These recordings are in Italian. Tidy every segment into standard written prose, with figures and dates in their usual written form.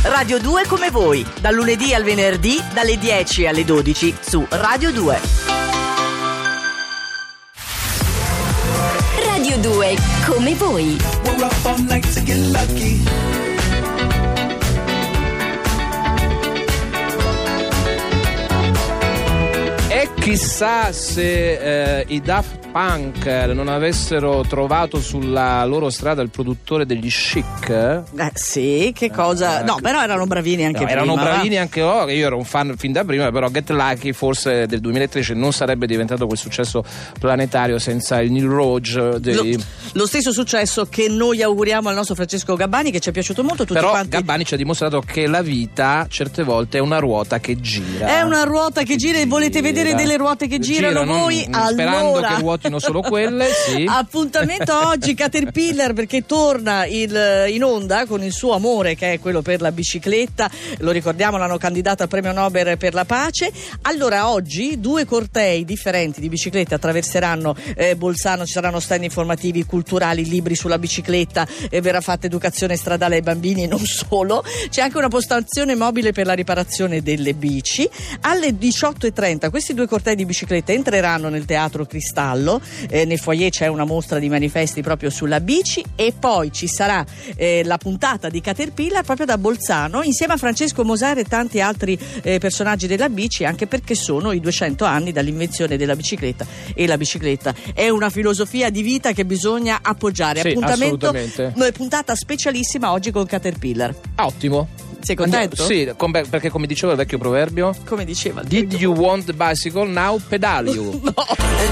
Radio 2 come voi, dal lunedì al venerdì, dalle 10 alle 12 su Radio 2. Radio 2 come voi. We're up all night to get lucky. E chissà se i Daft Punk non avessero trovato sulla loro strada il produttore degli Chic. Sì, che cosa? No, però erano bravini anche prima. Erano bravini anche loro, io ero un fan fin da prima, però Get Lucky forse del 2013 non sarebbe diventato quel successo planetario senza il Neil Roach. Lo stesso successo che noi auguriamo al nostro Francesco Gabbani, che ci è piaciuto molto. Però quanti... Gabbani ci ha dimostrato che la vita certe volte è una ruota che gira. È una ruota che gira e volete vedere delle ruote che girano voi? Sperando che ruotino solo quelle, sì. Appuntamento oggi Caterpillar, perché torna in onda con il suo amore, che è quello per la bicicletta. Lo ricordiamo, l'hanno candidata al premio Nobel per la pace. Allora oggi 2 cortei differenti di biciclette attraverseranno Bolzano, ci saranno stand informativi, culturali, libri sulla bicicletta, verrà fatta educazione stradale ai bambini e non solo. C'è anche una postazione mobile per la riparazione delle bici. Alle 18:30 questi 2 cortei di biciclette entreranno nel Teatro Cristallo. Nel foyer c'è una mostra di manifesti proprio sulla bici, e poi ci sarà la puntata di Caterpillar proprio da Bolzano, insieme a Francesco Mosare e tanti altri personaggi della bici, anche perché sono i 200 anni dall'invenzione della bicicletta, e la bicicletta è una filosofia di vita che bisogna appoggiare. Sì, appuntamento, assolutamente. Puntata specialissima oggi con Caterpillar. Ottimo. Sei contento? Sì, perché come diceva il vecchio proverbio, come diceva did you want the bicycle, now pedal you. No.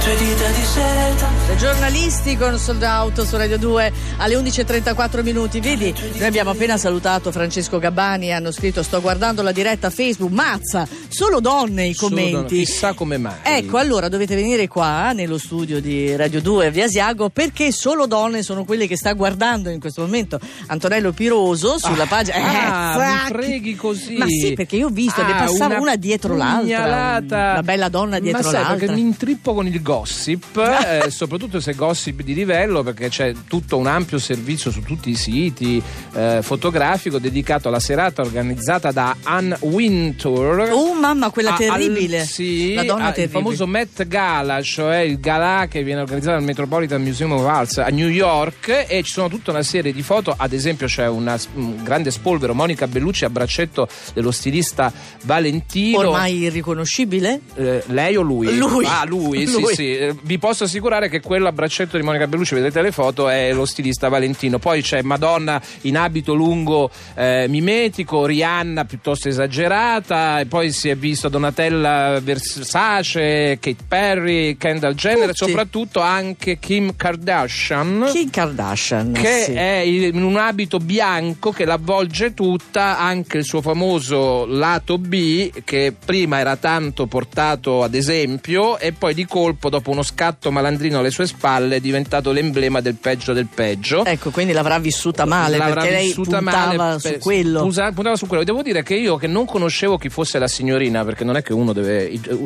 Le giornalisti con Sold Out su Radio 2 alle 11:34 minuti. Vedi, noi abbiamo appena salutato Francesco Gabbani, hanno scritto: sto guardando la diretta Facebook, mazza, solo donne i commenti. Chissà come mai. Ecco, allora dovete venire qua nello studio di Radio 2 a Via Asiago, perché solo donne sono quelle che sta guardando in questo momento Antonello Piroso sulla pagina. Mi freghi così. Ma sì, perché io ho visto che passava una dietro l'altra, una bella donna dietro l'altra. Ma sai, perché mi intrippo con il gossip, soprattutto se gossip di livello, perché c'è tutto un ampio servizio su tutti i siti fotografico dedicato alla serata organizzata da Anne Wintour. Oh mamma, quella terribile. Sì, la donna terribile. Il famoso Met Gala, cioè il galà che viene organizzato al Metropolitan Museum of Arts a New York, e ci sono tutta una serie di foto. Ad esempio c'è un grande spolvero, Monica Bellucci a braccetto dello stilista Valentino. Ormai irriconoscibile? Lei o lui? Lui. Lui. Sì. Vi posso assicurare che quello a braccetto di Monica Bellucci, vedete le foto, è lo stilista Valentino. Poi c'è Madonna in abito lungo mimetico, Rihanna piuttosto esagerata, e poi si è visto Donatella Versace, Katy Perry, Kendall Jenner, soprattutto anche Kim Kardashian, che sì, è in un abito bianco che l'avvolge tutta, anche il suo famoso lato B, che prima era tanto portato ad esempio, e poi di colpo, dopo uno scatto malandrino alle sue spalle, è diventato l'emblema del peggio del peggio. Ecco, quindi l'avrà vissuta male, perché lei puntava su quello. Puntava su quello. Devo dire che io, che non conoscevo chi fosse la signorina, perché non è che uno deve,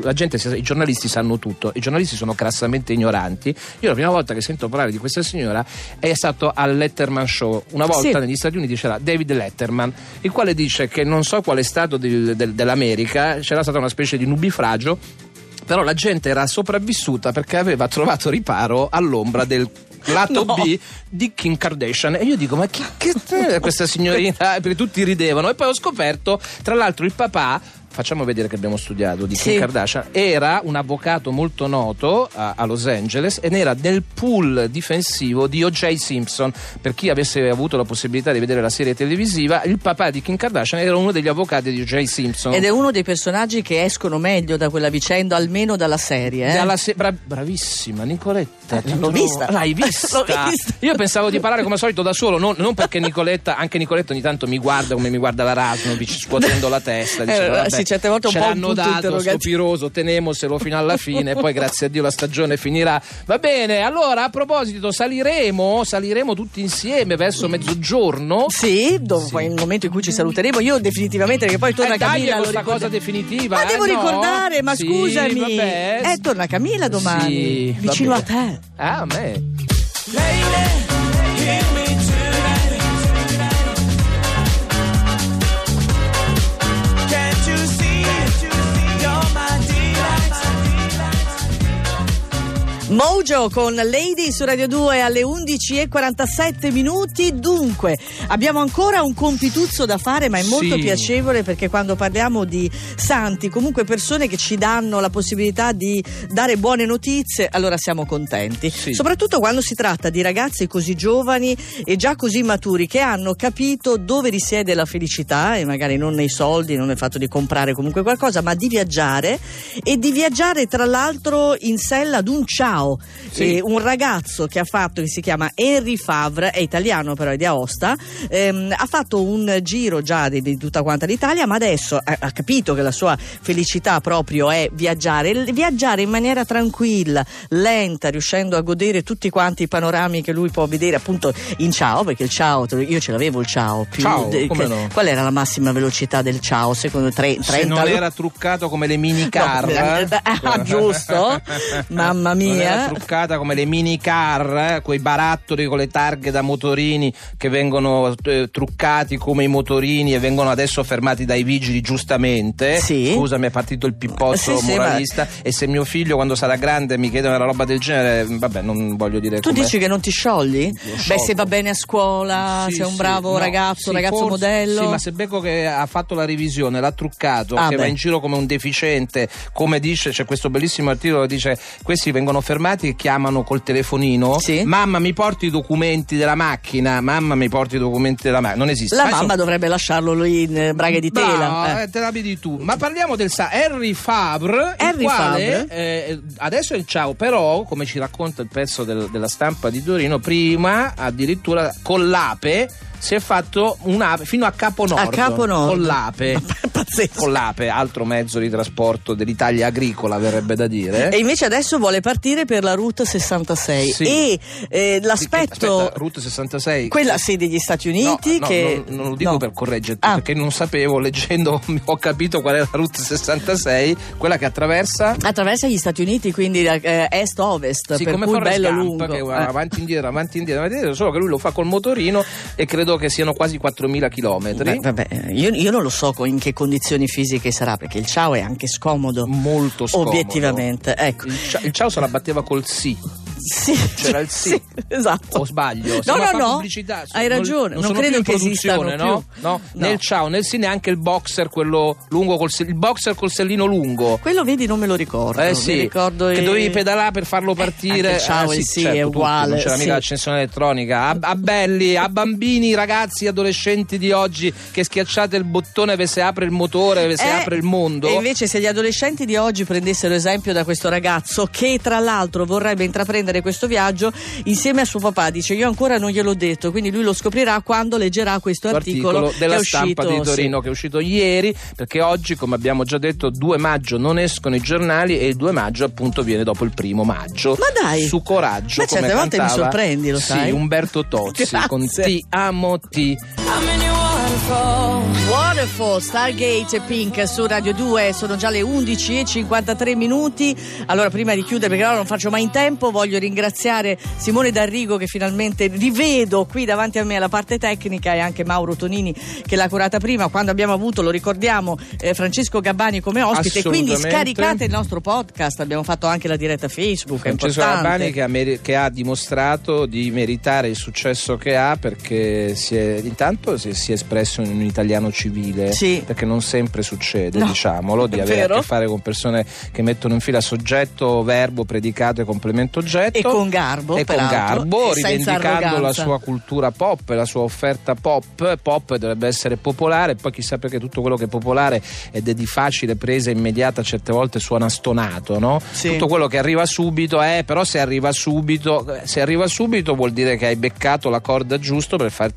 i giornalisti sanno tutto, i giornalisti sono crassamente ignoranti. Io la prima volta che sento parlare di questa signora è stato al Letterman Show. Una volta negli Stati Uniti c'era David Letterman, il quale dice che non so quale stato dell'America c'era stata una specie di nubifragio, però la gente era sopravvissuta perché aveva trovato riparo all'ombra del lato B di Kim Kardashian. E io dico: ma che è questa signorina? Perché tutti ridevano. E poi ho scoperto, tra l'altro, il papà, facciamo vedere che abbiamo studiato, di Kim Kardashian, era un avvocato molto noto a Los Angeles, ed era nel pool difensivo di O.J. Simpson. Per chi avesse avuto la possibilità di vedere la serie televisiva, il papà di Kim Kardashian era uno degli avvocati di O.J. Simpson, ed è uno dei personaggi che escono meglio da quella vicenda, almeno dalla serie. Bravissima Nicoletta, l'ho vista. L'hai vista? L'ho vista. Io pensavo di parlare come al solito da solo, non perché Nicoletta, anche Nicoletta ogni tanto mi guarda come mi guarda la Raznovic, scuotendo la testa, diceva, sì, certe volte un ce po' l'hanno dato sto Piroso, tenemoselo fino alla fine, poi grazie a Dio la stagione finirà. Va bene, allora a proposito saliremo tutti insieme verso mezzogiorno. Sì, dopo il momento in cui ci saluteremo. Io definitivamente, perché poi torna Camilla, questa cosa definitiva. Ma devo ricordare, ma sì, scusami, vabbè. Torna Camilla domani, sì, vicino a te. A me. Mojo con Lady su Radio 2 alle 11:47. Dunque, abbiamo ancora un compituzzo da fare, ma è molto piacevole, perché quando parliamo di santi, comunque persone che ci danno la possibilità di dare buone notizie, allora siamo contenti. Soprattutto quando si tratta di ragazzi così giovani e già così maturi, che hanno capito dove risiede la felicità, e magari non nei soldi, non nel fatto di comprare comunque qualcosa, ma di viaggiare, e di viaggiare tra l'altro in sella ad un ciao. Un ragazzo che si chiama Henry Favre, è italiano però, è di Aosta, ha fatto un giro già di tutta quanta l'Italia, ma adesso ha capito che la sua felicità proprio è viaggiare in maniera tranquilla, lenta, riuscendo a godere tutti quanti i panorami che lui può vedere appunto in ciao, perché il ciao, io ce l'avevo il ciao, come no? Qual era la massima velocità del ciao? Secondo 30? Se non era truccato come le minicar, giusto? Mamma mia, era truccata come le minicar, quei barattoli con le targhe da motorini che vengono truccati come i motorini e vengono adesso fermati dai vigili, giustamente. Scusami, è partito il pippotto moralista. E se mio figlio quando sarà grande mi chiede una roba del genere, vabbè, non voglio dire. Tu dici che non ti sciogli? Beh, se va bene a scuola, sei un bravo ragazzo modello. Sì, ma se becco che ha fatto la revisione, l'ha truccato, che va in giro come un deficiente, come dice, c'è questo bellissimo articolo che dice: questi vengono fermati e chiamano col telefonino, mamma mi porti i documenti della macchina, non esiste. La mamma dovrebbe lasciarlo lui in braghe di tela. Te la vedi tu. Ma parliamo del Henry Favre, adesso è il ciao, però come ci racconta il pezzo della Stampa di Torino, prima addirittura con l'Ape si è fatto un'ape fino a Capo Nord. Con l'Ape. Pazzesco. Con l'Ape, altro mezzo di trasporto dell'Italia agricola, verrebbe da dire. E invece adesso vuole partire per la Route 66. E l'aspetto. Route 66. Quella degli Stati Uniti. Non lo dico per correggerti, perché non sapevo, leggendo ho capito qual è la Route 66, quella che attraversa gli Stati Uniti, quindi est-ovest, per come cui bello Gump, lungo. Che avanti indietro, solo che lui lo fa col motorino e credo che siano quasi 4.000 chilometri. Io non lo so in che condizioni fisiche sarà, perché il ciao è anche scomodo, molto scomodo, obiettivamente, ecco. Il ciao se la batteva col c'era il esatto. O sbaglio? No, pubblicità. Hai ragione, non credo che esistano più. No. Nel ciao, nel sì, neanche il boxer, quello lungo il boxer col sellino lungo. Quello vedi, non me lo ricordo. Mi ricordo che dovevi pedalare per farlo partire. Il ciao è uguale. Non c'era mica l'accensione elettronica. A bambini, ragazzi, adolescenti di oggi, che schiacciate il bottone e se apre il motore, e se apre il mondo. E invece se gli adolescenti di oggi prendessero esempio da questo ragazzo, che tra l'altro vorrebbe intraprendere questo viaggio insieme a suo papà, dice: io ancora non gliel'ho detto, quindi lui lo scoprirà quando leggerà questo articolo della Stampa di Torino, che è uscito ieri, perché oggi, come abbiamo già detto, 2 maggio non escono i giornali e il 2 maggio appunto viene dopo il 1 maggio. Ma dai, su Coraggio, ma certe volte mi sorprendi, lo sai? Umberto Tozzi con Ti amo ti. Waterfall, Stargate e Pink su Radio 2. Sono già le 11:53. Allora, prima di chiudere, perché allora non faccio mai in tempo, voglio ringraziare Simone D'Arrigo, che finalmente rivedo qui davanti a me alla parte tecnica, e anche Mauro Tonini, che l'ha curata prima, quando abbiamo avuto, lo ricordiamo, Francesco Gabbani come ospite. Quindi scaricate il nostro podcast, abbiamo fatto anche la diretta Facebook. Francesco Gabbani che ha dimostrato di meritare il successo che ha, perché si è espresso in un italiano civile, perché non sempre succede, diciamolo, di avere a che fare con persone che mettono in fila soggetto, verbo, predicato e complemento oggetto, e con garbo, rivendicando la sua cultura pop, la sua offerta pop dovrebbe essere popolare. Poi chissà perché tutto quello che è popolare ed è di facile presa immediata certe volte suona stonato, no? Tutto quello che arriva subito però se arriva subito vuol dire che hai beccato la corda giusto per far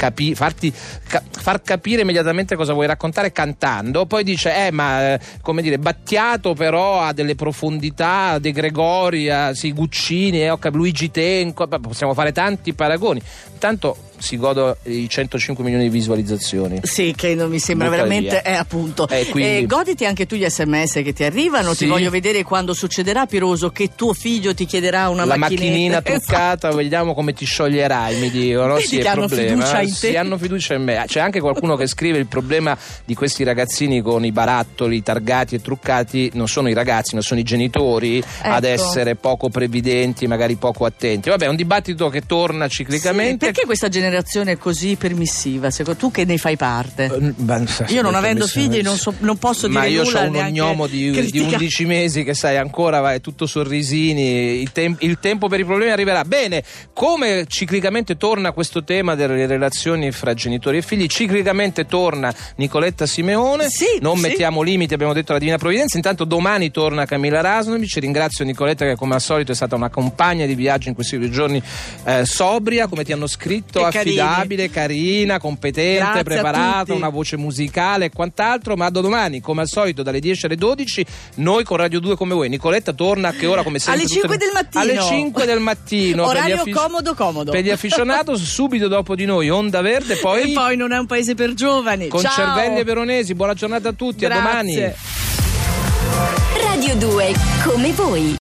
capire immediatamente cosa vuoi raccontare cantando. Poi dice Battiato però ha delle profondità, De Gregori, Guccini, Luigi Tenco, possiamo fare tanti paragoni. Intanto si godo i 105 milioni di visualizzazioni. Sì, che non mi sembra Buttale veramente, via. appunto. Quindi... goditi anche tu gli SMS che ti arrivano, sì. Ti voglio vedere quando succederà, Piroso, che tuo figlio ti chiederà una macchinina truccata, esatto. Vediamo come ti scioglierai, mi dicono. Vedi, sì, che è hanno problema. Fiducia in te. Sì, hanno fiducia in me. C'è anche qualcuno che scrive: il problema di questi ragazzini con i barattoli targati e truccati non sono i ragazzi, ma sono i genitori ad essere poco previdenti, magari poco attenti. Vabbè, è un dibattito che torna ciclicamente. Sì, perché questa generazione è così permissiva? Secondo tu, che ne fai parte? Io non avendo figli non posso dire nulla. Ma io ho un ognomo di 11 mesi che sai ancora è tutto sorrisini. Il tempo per i problemi arriverà. Bene, come ciclicamente torna questo tema delle relazioni fra genitori e figli, ciclicamente torna Nicoletta Simeone. Non mettiamo limiti, abbiamo detto, alla Divina Provvidenza. Intanto domani torna Camilla Rasnovic. Ringrazio Nicoletta, che come al solito è stata una compagna di viaggio in questi 2 giorni, sobria, come ti hanno scritto, affidabile, carina, competente, grazie, preparata, una voce musicale e quant'altro. Ma da domani, come al solito, dalle 10 alle 12, noi con Radio 2 come voi. Nicoletta torna a che ora? Come sempre alle 5 del mattino. Alle 5 del mattino. Orario comodo. Per gli aficionados, subito dopo di noi Onda Verde, poi... E poi Non è un paese per giovani. Con Ciao. Cervelli e Veronesi. Buona giornata a tutti. Grazie. A domani. Radio 2 come voi.